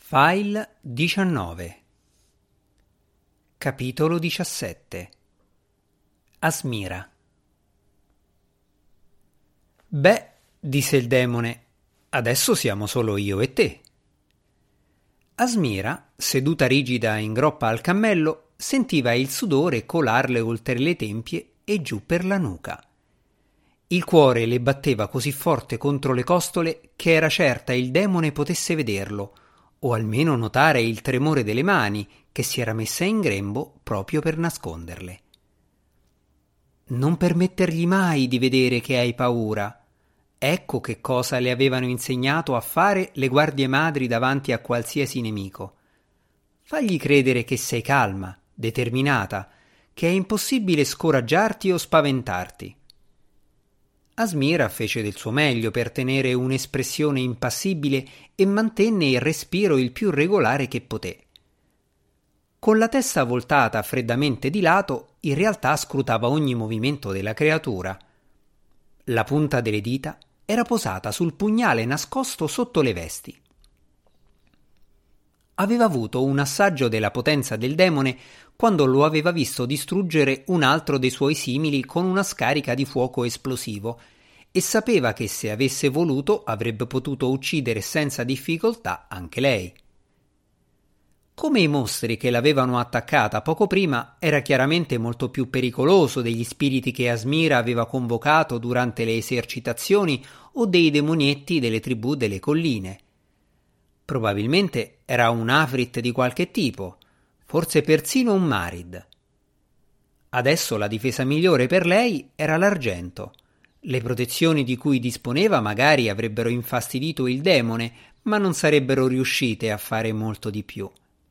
File 19. Capitolo 17. Asmira. Beh, disse il demone, adesso siamo solo io e te. Asmira, seduta rigida in groppa al cammello, sentiva il sudore colarle oltre le tempie e giù per la nuca. Il cuore le batteva così forte contro le costole che era certa il demone potesse vederlo, o almeno notare il tremore delle mani che si era messa in grembo proprio per nasconderle. Non permettergli mai di vedere che hai paura. Ecco che cosa le avevano insegnato a fare le guardie madri davanti a qualsiasi nemico. Fagli credere che sei calma, determinata, che è impossibile scoraggiarti o spaventarti. Asmira fece del suo meglio per tenere un'espressione impassibile e mantenne il respiro il più regolare che poté. Con la testa voltata freddamente di lato, in realtà scrutava ogni movimento della creatura. La punta delle dita era posata sul pugnale nascosto sotto le vesti. Aveva avuto un assaggio della potenza del demone quando lo aveva visto distruggere un altro dei suoi simili con una scarica di fuoco esplosivo e sapeva che se avesse voluto avrebbe potuto uccidere senza difficoltà anche lei. Come i mostri che l'avevano attaccata poco prima, era chiaramente molto più pericoloso degli spiriti che Asmira aveva convocato durante le esercitazioni o dei demonietti delle tribù delle colline. Probabilmente era un Afrit di qualche tipo, forse persino un Marid. Adesso la difesa migliore per lei era l'argento. Le protezioni di cui disponeva magari avrebbero infastidito il demone, ma non sarebbero riuscite a fare molto di più.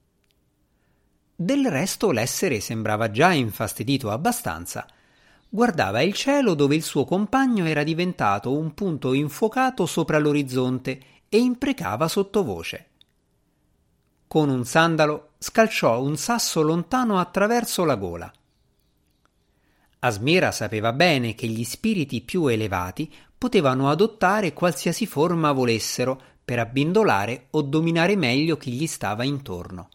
Del resto l'essere sembrava già infastidito abbastanza. Guardava il cielo dove il suo compagno era diventato un punto infuocato sopra l'orizzonte e imprecava sottovoce. Con un sandalo scalciò un sasso lontano attraverso la gola. Asmira sapeva bene che gli spiriti più elevati potevano adottare qualsiasi forma volessero per abbindolare o dominare meglio chi gli stava intorno.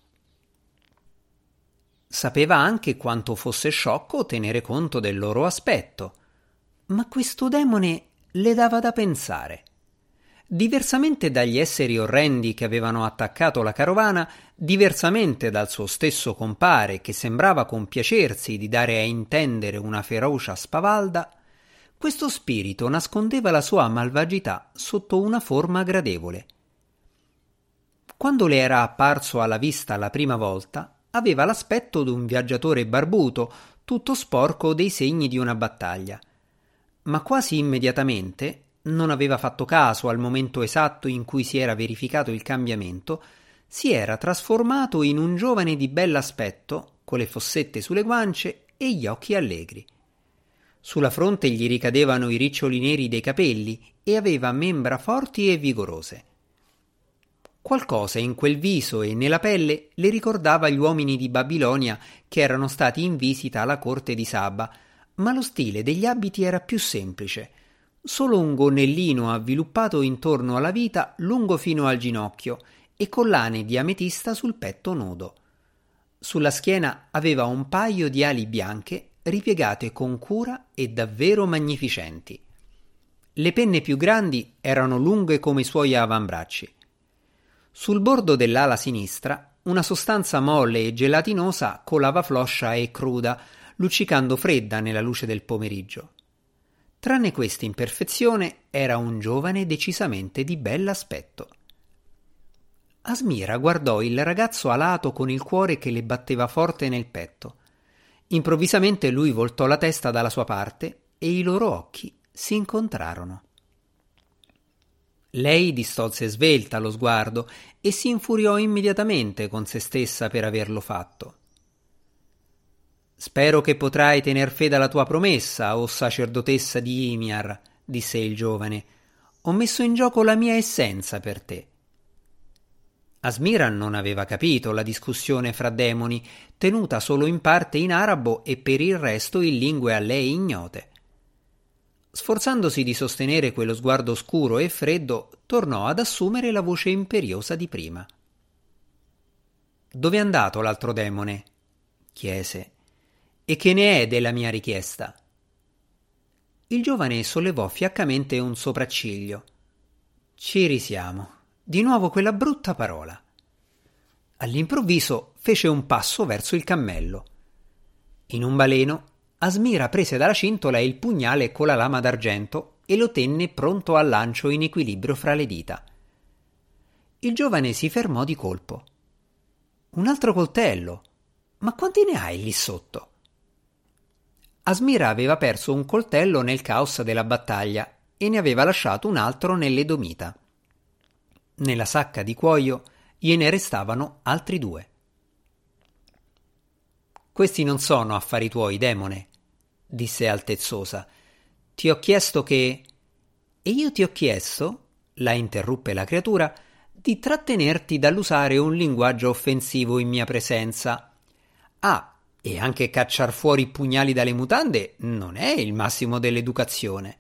Sapeva anche quanto fosse sciocco tenere conto del loro aspetto, ma questo demone le dava da pensare. Diversamente dagli esseri orrendi che avevano attaccato la carovana, diversamente dal suo stesso compare che sembrava compiacersi di dare a intendere una ferocia spavalda, questo spirito nascondeva la sua malvagità sotto una forma gradevole. Quando le era apparso alla vista la prima volta, aveva l'aspetto d'un viaggiatore barbuto, tutto sporco dei segni di una battaglia. Ma quasi immediatamente non aveva fatto caso al momento esatto in cui si era verificato il cambiamento, si era trasformato in un giovane di bell'aspetto, con le fossette sulle guance e gli occhi allegri. Sulla fronte gli ricadevano i riccioli neri dei capelli e aveva membra forti e vigorose. Qualcosa in quel viso e nella pelle le ricordava gli uomini di Babilonia che erano stati in visita alla corte di Saba, ma lo stile degli abiti era più semplice. Solo un gonnellino avviluppato intorno alla vita lungo fino al ginocchio e collane di ametista sul petto nudo. Sulla schiena aveva un paio di ali bianche ripiegate con cura e davvero magnificenti. Le penne più grandi erano lunghe come i suoi avambracci. Sul bordo dell'ala sinistra una sostanza molle e gelatinosa colava floscia e cruda, luccicando fredda nella luce del pomeriggio. Tranne questa imperfezione, era un giovane decisamente di bell'aspetto. Asmira guardò il ragazzo alato con il cuore che le batteva forte nel petto. Improvvisamente lui voltò la testa dalla sua parte e i loro occhi si incontrarono. Lei distolse svelta lo sguardo e si infuriò immediatamente con se stessa per averlo fatto. «Spero che potrai tener fede alla tua promessa, o sacerdotessa di Ymir», disse il giovane. «Ho messo in gioco la mia essenza per te». Asmira non aveva capito la discussione fra demoni, tenuta solo in parte in arabo e per il resto in lingue a lei ignote. Sforzandosi di sostenere quello sguardo scuro e freddo, tornò ad assumere la voce imperiosa di prima. dove è andato l'altro demone? Chiese. E che ne è della mia richiesta? Il giovane sollevò fiaccamente un sopracciglio. Ci risiamo. Di nuovo quella brutta parola. All'improvviso fece un passo verso il cammello. In un baleno, Asmira prese dalla cintola il pugnale con la lama d'argento e lo tenne pronto al lancio in equilibrio fra le dita. Il giovane si fermò di colpo. Un altro coltello? Ma quanti ne hai lì sotto? Asmira aveva perso un coltello nel caos della battaglia e ne aveva lasciato un altro nell'Edomita. Nella sacca di cuoio gliene restavano altri 2. Questi non sono affari tuoi, demone, disse altezzosa. Ti ho chiesto che... E io ti ho chiesto, la interruppe la creatura, di trattenerti dall'usare un linguaggio offensivo in mia presenza. Ah, e anche cacciar fuori i pugnali dalle mutande non è il massimo dell'educazione.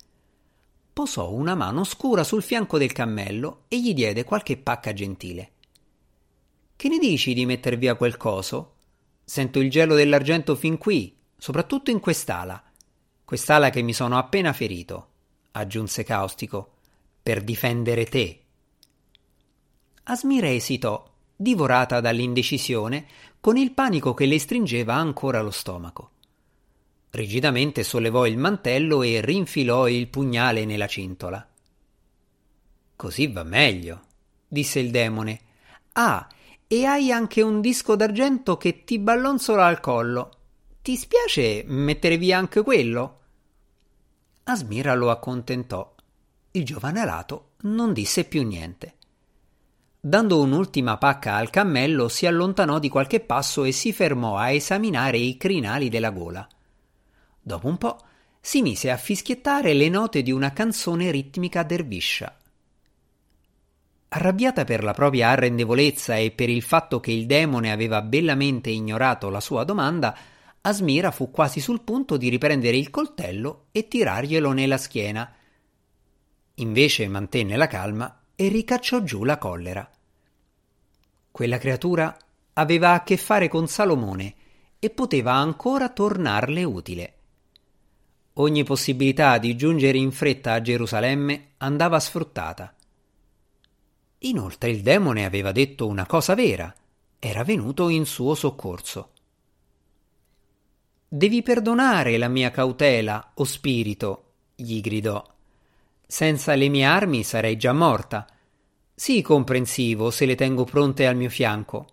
Posò una mano scura sul fianco del cammello e gli diede qualche pacca gentile. Che ne dici di metter via quel coso? Sento il gelo dell'argento fin qui, soprattutto in quest'ala. Quest'ala che mi sono appena ferito, aggiunse caustico, per difendere te. Asmira esitò, divorata dall'indecisione, con il panico che le stringeva ancora lo stomaco. Rigidamente sollevò il mantello e rinfilò il pugnale nella cintola. Così va meglio, disse il demone. Ah, e hai anche un disco d'argento che ti ballonzola al collo. Ti spiace mettere via anche quello? Asmira lo accontentò. Il giovane alato non disse più niente. Dando un'ultima pacca al cammello, si allontanò di qualche passo e si fermò a esaminare i crinali della gola. Dopo un po' si mise a fischiettare le note di una canzone ritmica derviscia. Arrabbiata per la propria arrendevolezza e per il fatto che il demone aveva bellamente ignorato la sua domanda, Asmira fu quasi sul punto di riprendere il coltello e tirarglielo nella schiena. Invece mantenne la calma e ricacciò giù la collera. Quella creatura aveva a che fare con Salomone e poteva ancora tornarle utile. Ogni possibilità di giungere in fretta a Gerusalemme andava sfruttata. Inoltre il demone aveva detto una cosa vera, era venuto in suo soccorso. «Devi perdonare la mia cautela, o spirito», gli gridò. «Senza le mie armi sarei già morta. Sii comprensivo se le tengo pronte al mio fianco».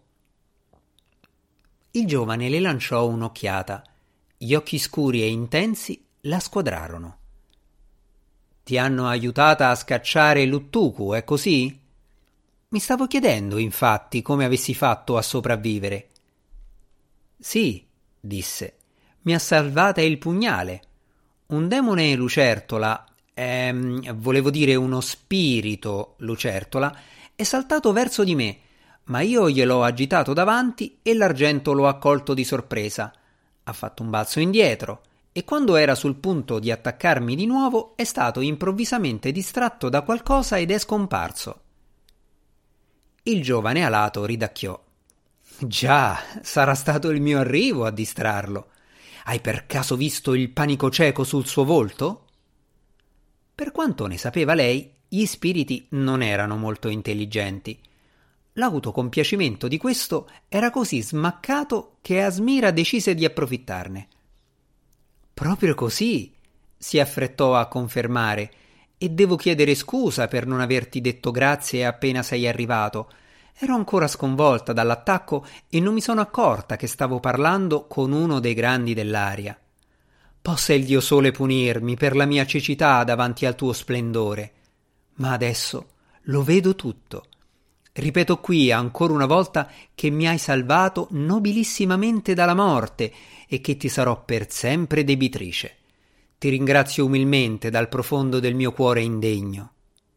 Il giovane le lanciò un'occhiata. Gli occhi scuri e intensi la squadrarono. «Ti hanno aiutata a scacciare Luttuku, è così?» «Mi stavo chiedendo, infatti, come avessi fatto a sopravvivere». «Sì», disse, «mi ha salvata il pugnale. Un demone lucertola, volevo dire uno spirito lucertola, è saltato verso di me, ma io gliel'ho agitato davanti e l'argento l'ho accolto di sorpresa. Ha fatto un balzo indietro e quando era sul punto di attaccarmi di nuovo è stato improvvisamente distratto da qualcosa ed è scomparso». Il giovane alato ridacchiò. «Già, sarà stato il mio arrivo a distrarlo. Hai per caso visto il panico cieco sul suo volto?» Per quanto ne sapeva lei, gli spiriti non erano molto intelligenti. L'autocompiacimento di questo era così smaccato che Asmira decise di approfittarne. «Proprio così», si affrettò a confermare, «e devo chiedere scusa per non averti detto grazie appena sei arrivato. Ero ancora sconvolta dall'attacco e non mi sono accorta che stavo parlando con uno dei grandi dell'aria. Possa il Dio Sole punirmi per la mia cecità davanti al tuo splendore. Ma adesso lo vedo tutto. Ripeto qui ancora una volta che mi hai salvato nobilissimamente dalla morte e che ti sarò per sempre debitrice. Ti ringrazio umilmente dal profondo del mio cuore indegno».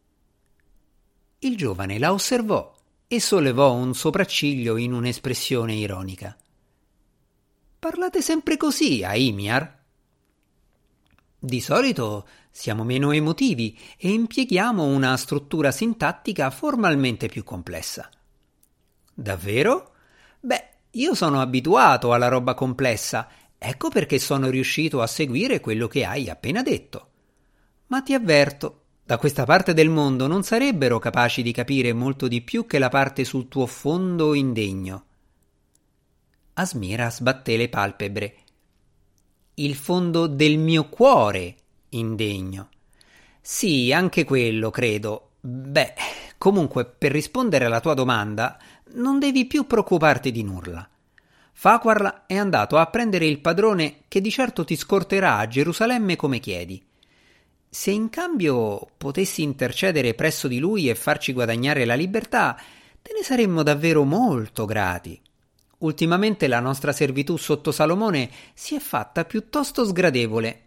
Il giovane la osservò e sollevò un sopracciglio in un'espressione ironica. «Parlate sempre così, Aimiar?» «Di solito siamo meno emotivi e impieghiamo una struttura sintattica formalmente più complessa». «Davvero? Beh, io sono abituato alla roba complessa, ecco perché sono riuscito a seguire quello che hai appena detto. Ma ti avverto, da questa parte del mondo non sarebbero capaci di capire molto di più che la parte sul tuo fondo indegno. Asmira sbatté le palpebre. Il fondo del mio cuore indegno. Sì, anche quello, credo. Beh, comunque, per rispondere alla tua domanda, non devi più preoccuparti di nulla. Farquhar è andato a prendere il padrone che di certo ti scorterà a Gerusalemme come chiedi. Se in cambio potessi intercedere presso di lui e farci guadagnare la libertà, te ne saremmo davvero molto grati. Ultimamente la nostra servitù sotto Salomone si è fatta piuttosto sgradevole.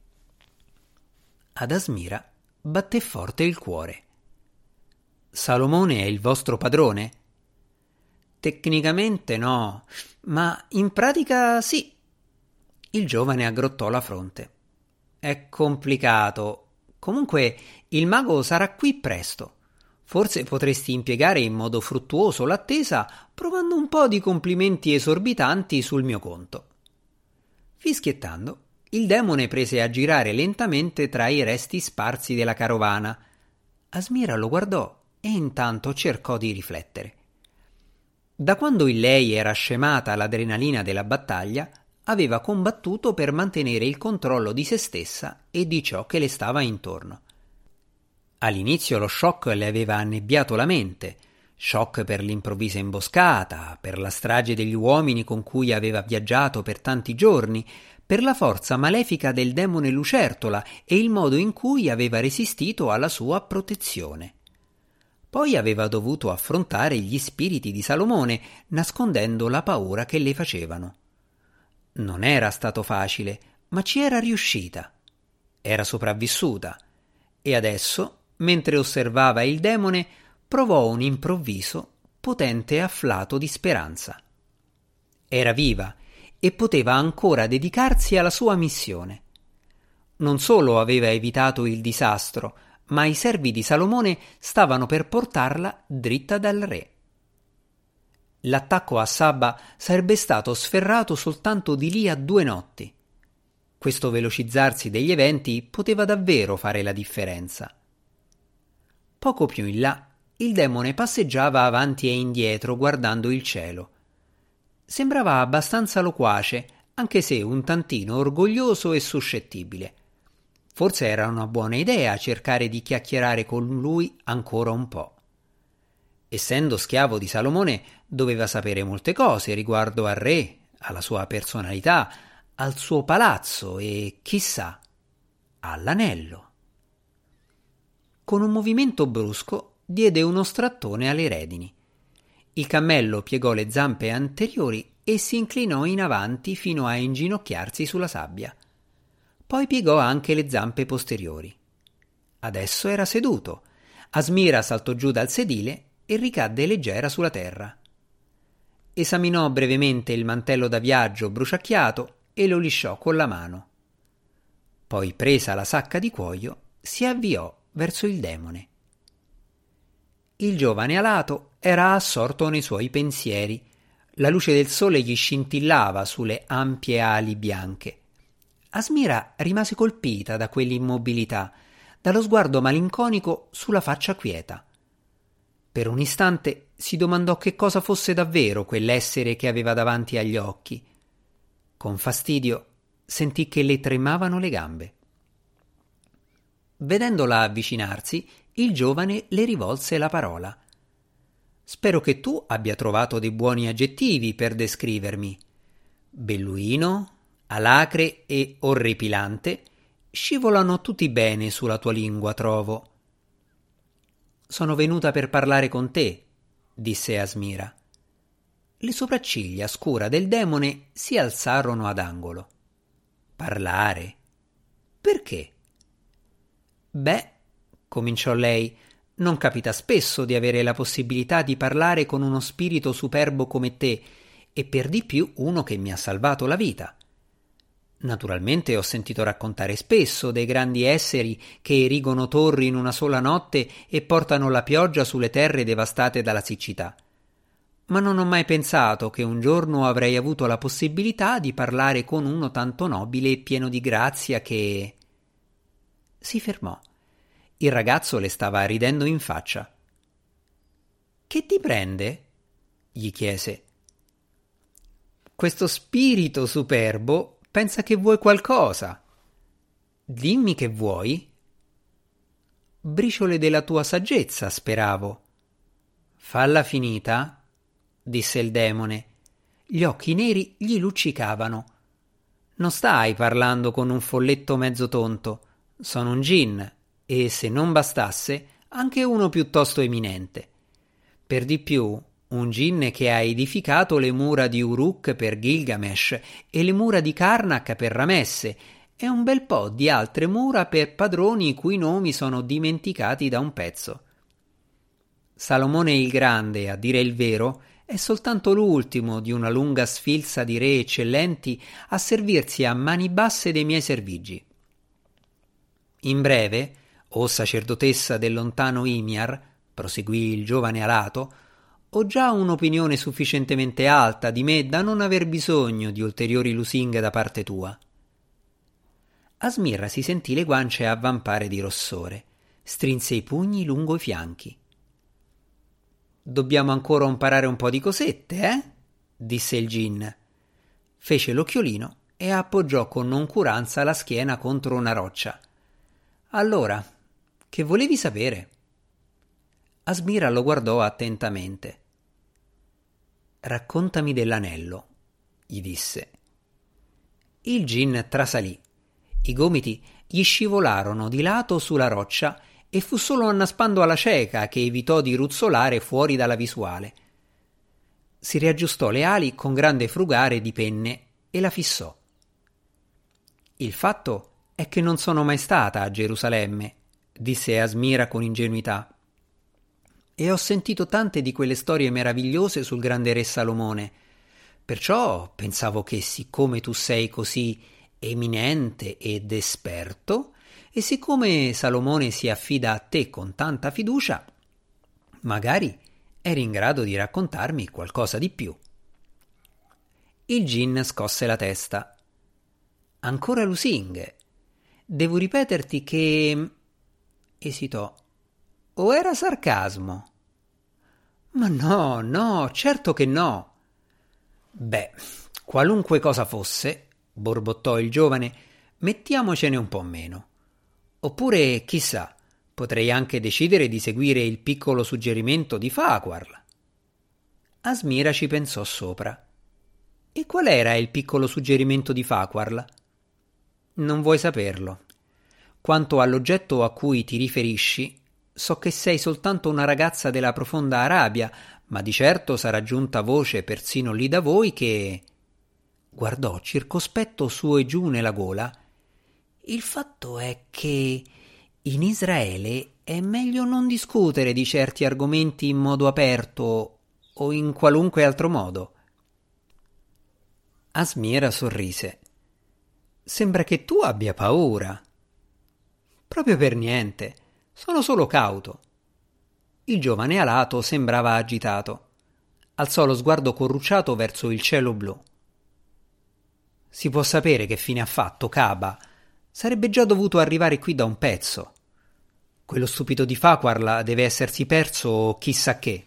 Ad Asmira batté forte il cuore. Salomone è il vostro padrone? Tecnicamente no, ma in pratica sì. Il giovane aggrottò la fronte. È complicato. Comunque il mago sarà qui presto. Forse potresti impiegare in modo fruttuoso l'attesa provando un po' di complimenti esorbitanti sul mio conto. Fischiettando, il demone prese a girare lentamente tra i resti sparsi della carovana. Asmira lo guardò e intanto cercò di riflettere. Da quando in lei era scemata l'adrenalina della battaglia, aveva combattuto per mantenere il controllo di se stessa e di ciò che le stava intorno. All'inizio lo shock le aveva annebbiato la mente, shock per l'improvvisa imboscata, per la strage degli uomini con cui aveva viaggiato per tanti giorni, per la forza malefica del demone lucertola e il modo in cui aveva resistito alla sua protezione. Poi aveva dovuto affrontare gli spiriti di Salomone, nascondendo la paura che le facevano. Non era stato facile, ma ci era riuscita. Era sopravvissuta. E adesso, mentre osservava il demone, provò un improvviso, potente afflato di speranza. Era viva e poteva ancora dedicarsi alla sua missione. Non solo aveva evitato il disastro, ma i servi di Salomone stavano per portarla dritta dal re. L'attacco a Sabba sarebbe stato sferrato soltanto di lì a 2 notti. Questo velocizzarsi degli eventi poteva davvero fare la differenza. Poco più in là, il demone passeggiava avanti e indietro guardando il cielo. Sembrava abbastanza loquace, anche se un tantino orgoglioso e suscettibile. Forse era una buona idea cercare di chiacchierare con lui ancora un po'. Essendo schiavo di Salomone, doveva sapere molte cose riguardo al re, alla sua personalità, al suo palazzo e, chissà, all'anello. Con un movimento brusco diede uno strattone alle redini. Il cammello piegò le zampe anteriori e si inclinò in avanti fino a inginocchiarsi sulla sabbia. Poi piegò anche le zampe posteriori. Adesso era seduto. Asmira saltò giù dal sedile e ricadde leggera sulla terra. Esaminò brevemente il mantello da viaggio bruciacchiato e lo lisciò con la mano. Poi, presa la sacca di cuoio, si avviò verso il demone. Il giovane alato era assorto nei suoi pensieri. La luce del sole gli scintillava sulle ampie ali bianche. Asmira rimase colpita da quell'immobilità, dallo sguardo malinconico sulla faccia quieta. Per un istante si domandò che cosa fosse davvero quell'essere che aveva davanti agli occhi. Con fastidio sentì che le tremavano le gambe. Vedendola avvicinarsi, il giovane le rivolse la parola. «Spero che tu abbia trovato dei buoni aggettivi per descrivermi. Belluino, alacre e orripilante scivolano tutti bene sulla tua lingua, trovo». «Sono venuta per parlare con te», disse Asmira. Le sopracciglia scura del demone si alzarono ad angolo. «Parlare? Perché?» «Beh», cominciò lei, «non capita spesso di avere la possibilità di parlare con uno spirito superbo come te, e per di più uno che mi ha salvato la vita. Naturalmente ho sentito raccontare spesso dei grandi esseri che erigono torri in una sola notte e portano la pioggia sulle terre devastate dalla siccità. ma non ho mai pensato che un giorno avrei avuto la possibilità di parlare con uno tanto nobile e pieno di grazia che... Si fermò. Il ragazzo le stava ridendo in faccia. Che ti prende? Gli chiese. Questo spirito superbo pensa che vuoi qualcosa. Dimmi che vuoi. Briciole della tua saggezza, speravo. Falla finita, disse il demone. Gli occhi neri gli luccicavano. Non stai parlando con un folletto mezzo tonto. Sono un gin, e se non bastasse, anche uno piuttosto eminente. Per di più, un gin che ha edificato le mura di Uruk per Gilgamesh e le mura di Karnak per Ramesse e un bel po' di altre mura per padroni i cui nomi sono dimenticati da un pezzo. Salomone il Grande, a dire il vero, è soltanto l'ultimo di una lunga sfilza di re eccellenti a servirsi a mani basse dei miei servigi. In breve, o sacerdotessa del lontano Imiar, proseguì il giovane alato, ho già un'opinione sufficientemente alta di me da non aver bisogno di ulteriori lusinghe da parte tua. Asmira si sentì le guance avvampare di rossore, strinse i pugni lungo i fianchi. Dobbiamo ancora imparare un po' di cosette, eh? Disse il gin. Fece l'occhiolino e appoggiò con noncuranza la schiena contro una roccia. Allora, che volevi sapere? Asmira lo guardò attentamente. Raccontami dell'anello, gli disse. Il gin trasalì. I gomiti gli scivolarono di lato sulla roccia e fu solo annaspando alla cieca che evitò di ruzzolare fuori dalla visuale. Si riaggiustò le ali con grande frugare di penne e la fissò. Il fatto è che non sono mai stata a Gerusalemme, disse Asmira con ingenuità, e ho sentito tante di quelle storie meravigliose sul grande re Salomone. Perciò pensavo che, siccome tu sei così eminente ed esperto, e siccome Salomone si affida a te con tanta fiducia, magari eri in grado di raccontarmi qualcosa di più. Il gin scosse la testa. Ancora lusinghe. Devo ripeterti che... esitò. O era sarcasmo? Ma no, no, certo che no. Beh, qualunque cosa fosse, borbottò il giovane, mettiamocene un po' meno. Oppure, chissà, potrei anche decidere di seguire il piccolo suggerimento di Farquhar. Asmira ci pensò sopra. E qual era il piccolo suggerimento di Farquhar? Non vuoi saperlo. Quanto all'oggetto a cui ti riferisci, so che sei soltanto una ragazza della profonda Arabia, ma di certo sarà giunta voce persino lì da voi che... Guardò circospetto su e giù nella gola. Il fatto è che in Israele è meglio non discutere di certi argomenti in modo aperto o in qualunque altro modo. Asmira sorrise. Sembra che tu abbia paura. Proprio per niente, sono solo cauto. Il giovane alato sembrava agitato. Alzò lo sguardo corrucciato verso il cielo blu. Si può sapere che fine ha fatto Caba? Sarebbe già dovuto arrivare qui da un pezzo. Quello stupido di Farquhar deve essersi perso chissà che.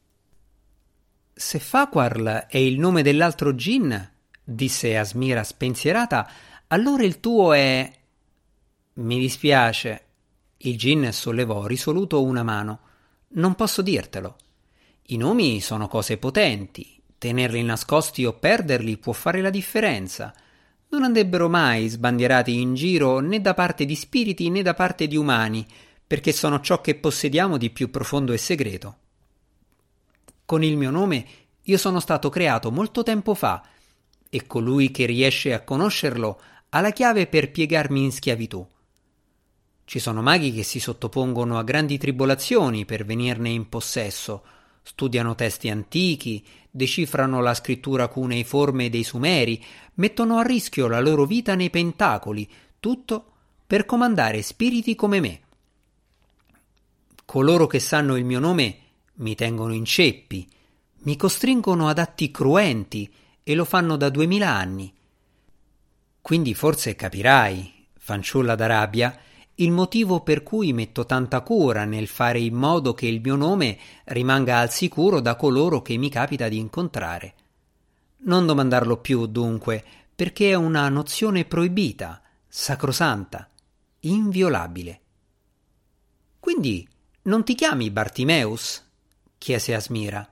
Se Farquhar è il nome dell'altro gin, disse Asmira spensierata, allora il tuo è... Mi dispiace. Il gin sollevò risoluto una mano. Non posso dirtelo. I nomi sono cose potenti. Tenerli nascosti o perderli può fare la differenza. Non andrebbero mai sbandierati in giro né da parte di spiriti né da parte di umani, perché sono ciò che possediamo di più profondo e segreto. Con il mio nome io sono stato creato molto tempo fa, e colui che riesce a conoscerlo ha la chiave per piegarmi in schiavitù. Ci sono maghi che si sottopongono a grandi tribolazioni per venirne in possesso, studiano testi antichi, decifrano la scrittura cuneiforme dei Sumeri, mettono a rischio la loro vita nei pentacoli, tutto per comandare spiriti come me. Coloro che sanno il mio nome mi tengono in ceppi, Mi costringono ad atti cruenti e lo fanno da 2000 anni. Quindi forse capirai, fanciulla d'Arabia, il motivo per cui metto tanta cura nel fare in modo che il mio nome rimanga al sicuro da coloro che mi capita di incontrare. Non domandarlo più, dunque, perché è una nozione proibita, sacrosanta, inviolabile. Quindi non ti chiami Bartimeus? Chiese Asmira.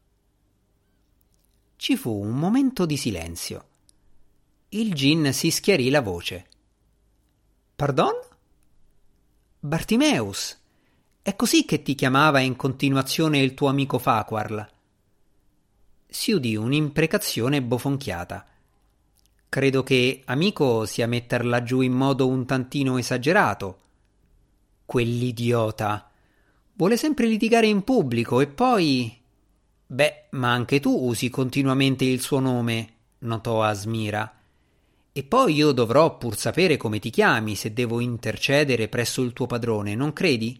Ci fu un momento di silenzio. Il gin si schiarì la voce. Pardon? Bartimeus, è così che ti chiamava in continuazione il tuo amico Farquhar. Si udì un'imprecazione bofonchiata. Credo che amico sia metterla giù in modo un tantino esagerato. Quell'idiota. Vuole sempre litigare in pubblico e poi... Beh, ma anche tu usi continuamente il suo nome, notò Asmira. E poi io dovrò pur sapere come ti chiami se devo intercedere presso il tuo padrone, non credi?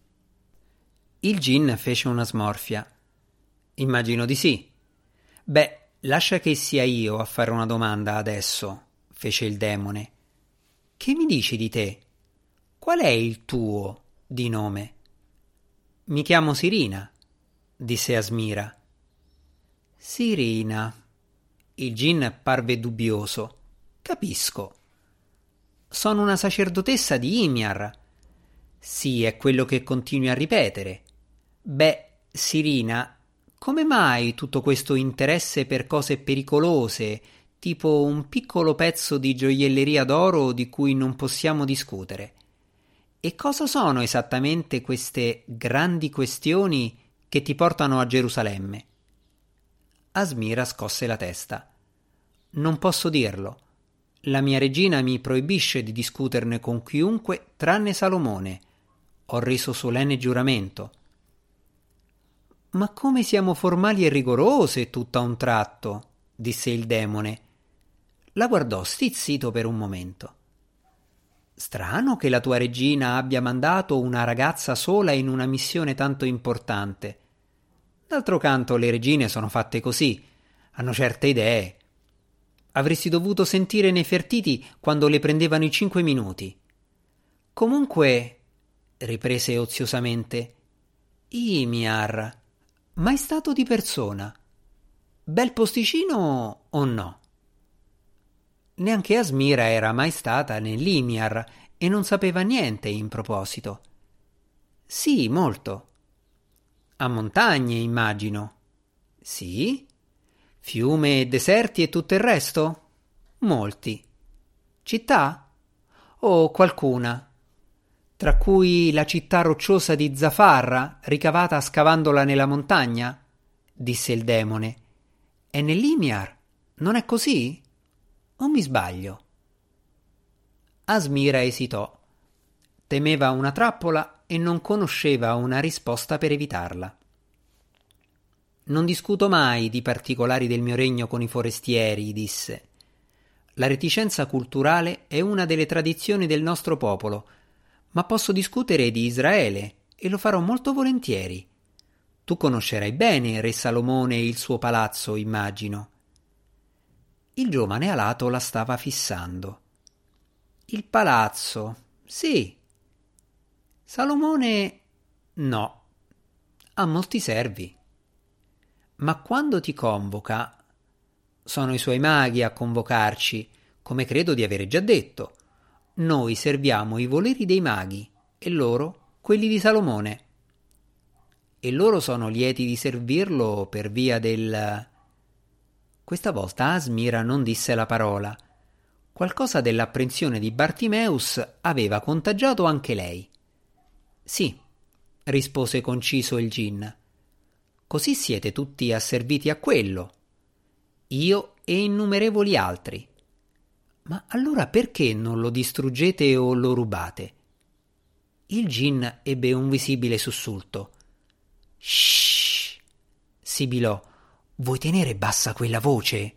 Il gin fece una smorfia. Immagino di sì. Beh, lascia che sia io a fare una domanda adesso, fece il demone. Che mi dici di te? Qual è il tuo di nome? Mi chiamo Sirina, disse Asmira. Sirina. Il gin parve dubbioso. Capisco. Sono una sacerdotessa di Imiar. Sì, è quello che continui a ripetere. Beh, Sirina, come mai tutto questo interesse per cose pericolose, tipo un piccolo pezzo di gioielleria d'oro di cui non possiamo discutere? E cosa sono esattamente queste grandi questioni che ti portano a Gerusalemme? Asmira scosse la testa. Non posso dirlo. La mia regina mi proibisce di discuterne con chiunque tranne Salomone. Ho reso solenne giuramento. Ma come siamo formali e rigorose tutto a un tratto, disse il demone. La guardò stizzito per un momento. Strano che la tua regina abbia mandato una ragazza sola in una missione tanto importante. D'altro canto le regine sono fatte così, hanno certe idee. Avresti dovuto sentire Nefertiti quando le prendevano i 5 minuti. Comunque, riprese oziosamente, Imiar, mai stato di persona? Bel posticino o no? Neanche Asmira era mai stata nell'Imiar e non sapeva niente in proposito. Sì, molto. A montagne, immagino. Sì? Fiume e deserti e tutto il resto? Molti. Città? O qualcuna? Tra cui la città rocciosa di Zafarra, ricavata scavandola nella montagna? Disse il demone. È nell'Imiar, non è così? O mi sbaglio? Asmira esitò. Temeva una trappola e non conosceva una risposta per evitarla. Non discuto mai di particolari del mio regno con i forestieri, disse. La reticenza culturale è una delle tradizioni del nostro popolo, ma posso discutere di Israele e lo farò molto volentieri. Tu conoscerai bene re Salomone e il suo palazzo, immagino. Il giovane alato la stava fissando. Il palazzo, sì. Salomone, no. Ha molti servi. Ma quando ti convoca, sono i suoi maghi a convocarci, come credo di avere già detto. Noi serviamo i voleri dei maghi e loro quelli di Salomone. E loro sono lieti di servirlo per via del... Questa volta Asmira non disse la parola. Qualcosa dell'apprensione di Bartimeus aveva contagiato anche lei. Sì, rispose conciso il gin. Così siete tutti asserviti a quello. Io e innumerevoli altri. Ma allora perché non lo distruggete o lo rubate? Il gin ebbe un visibile sussulto. Shh! Sibilò. Vuoi tenere bassa quella voce?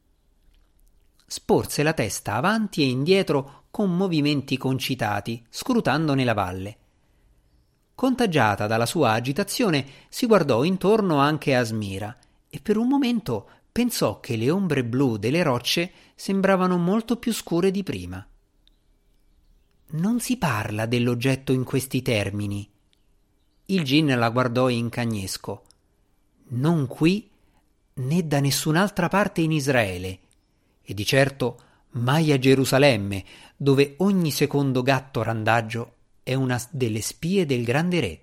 Sporse la testa avanti e indietro con movimenti concitati, scrutandone la valle. Contagiata dalla sua agitazione, si guardò intorno anche Asmira e per un momento pensò che le ombre blu delle rocce sembravano molto più scure di prima. Non si parla dell'oggetto in questi termini. Il gin la guardò in cagnesco. Non qui né da nessun'altra parte in Israele, e di certo mai a Gerusalemme, dove ogni secondo gatto randaggio è una delle spie del grande re.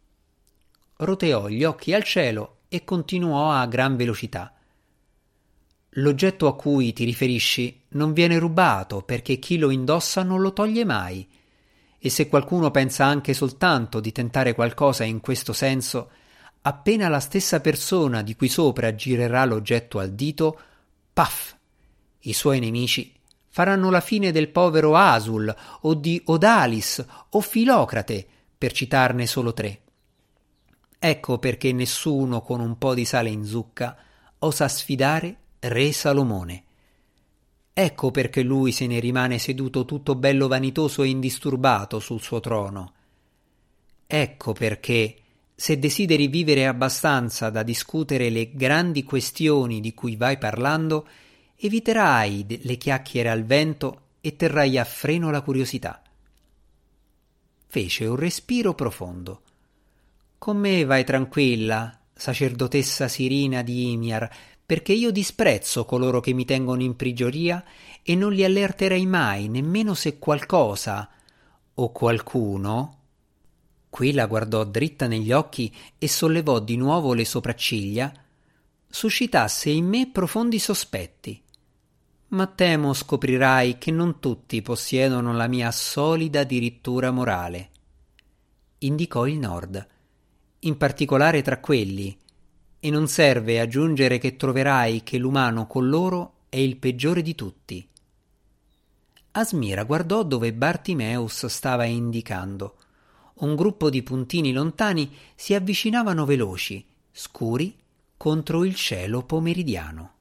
Roteò gli occhi al cielo e continuò a gran velocità. L'oggetto a cui ti riferisci non viene rubato perché chi lo indossa non lo toglie mai, e se qualcuno pensa anche soltanto di tentare qualcosa in questo senso, appena la stessa persona di cui sopra girerà l'oggetto al dito, paf! I suoi nemici faranno la fine del povero Asul o di Odalis o Filocrate, per citarne solo 3. Ecco perché nessuno con un po' di sale in zucca osa sfidare Re Salomone. Ecco perché lui se ne rimane seduto tutto bello vanitoso e indisturbato sul suo trono. Ecco perché, se desideri vivere abbastanza da discutere le grandi questioni di cui vai parlando, eviterai le chiacchiere al vento e terrai a freno la curiosità. Fece un respiro profondo. Con me vai tranquilla, sacerdotessa Sirina di Imiar, perché io disprezzo coloro che mi tengono in prigionia e non li allerterei mai, nemmeno se qualcosa o qualcuno. Qui la guardò dritta negli occhi e sollevò di nuovo le sopracciglia, suscitasse in me profondi sospetti. Ma temo scoprirai che non tutti possiedono la mia solida dirittura morale. Indicò il nord, in particolare tra quelli, e non serve aggiungere che troverai che l'umano con loro è il peggiore di tutti. Asmira guardò dove Bartimeus stava indicando. Un gruppo di puntini lontani si avvicinavano veloci, scuri, contro il cielo pomeridiano.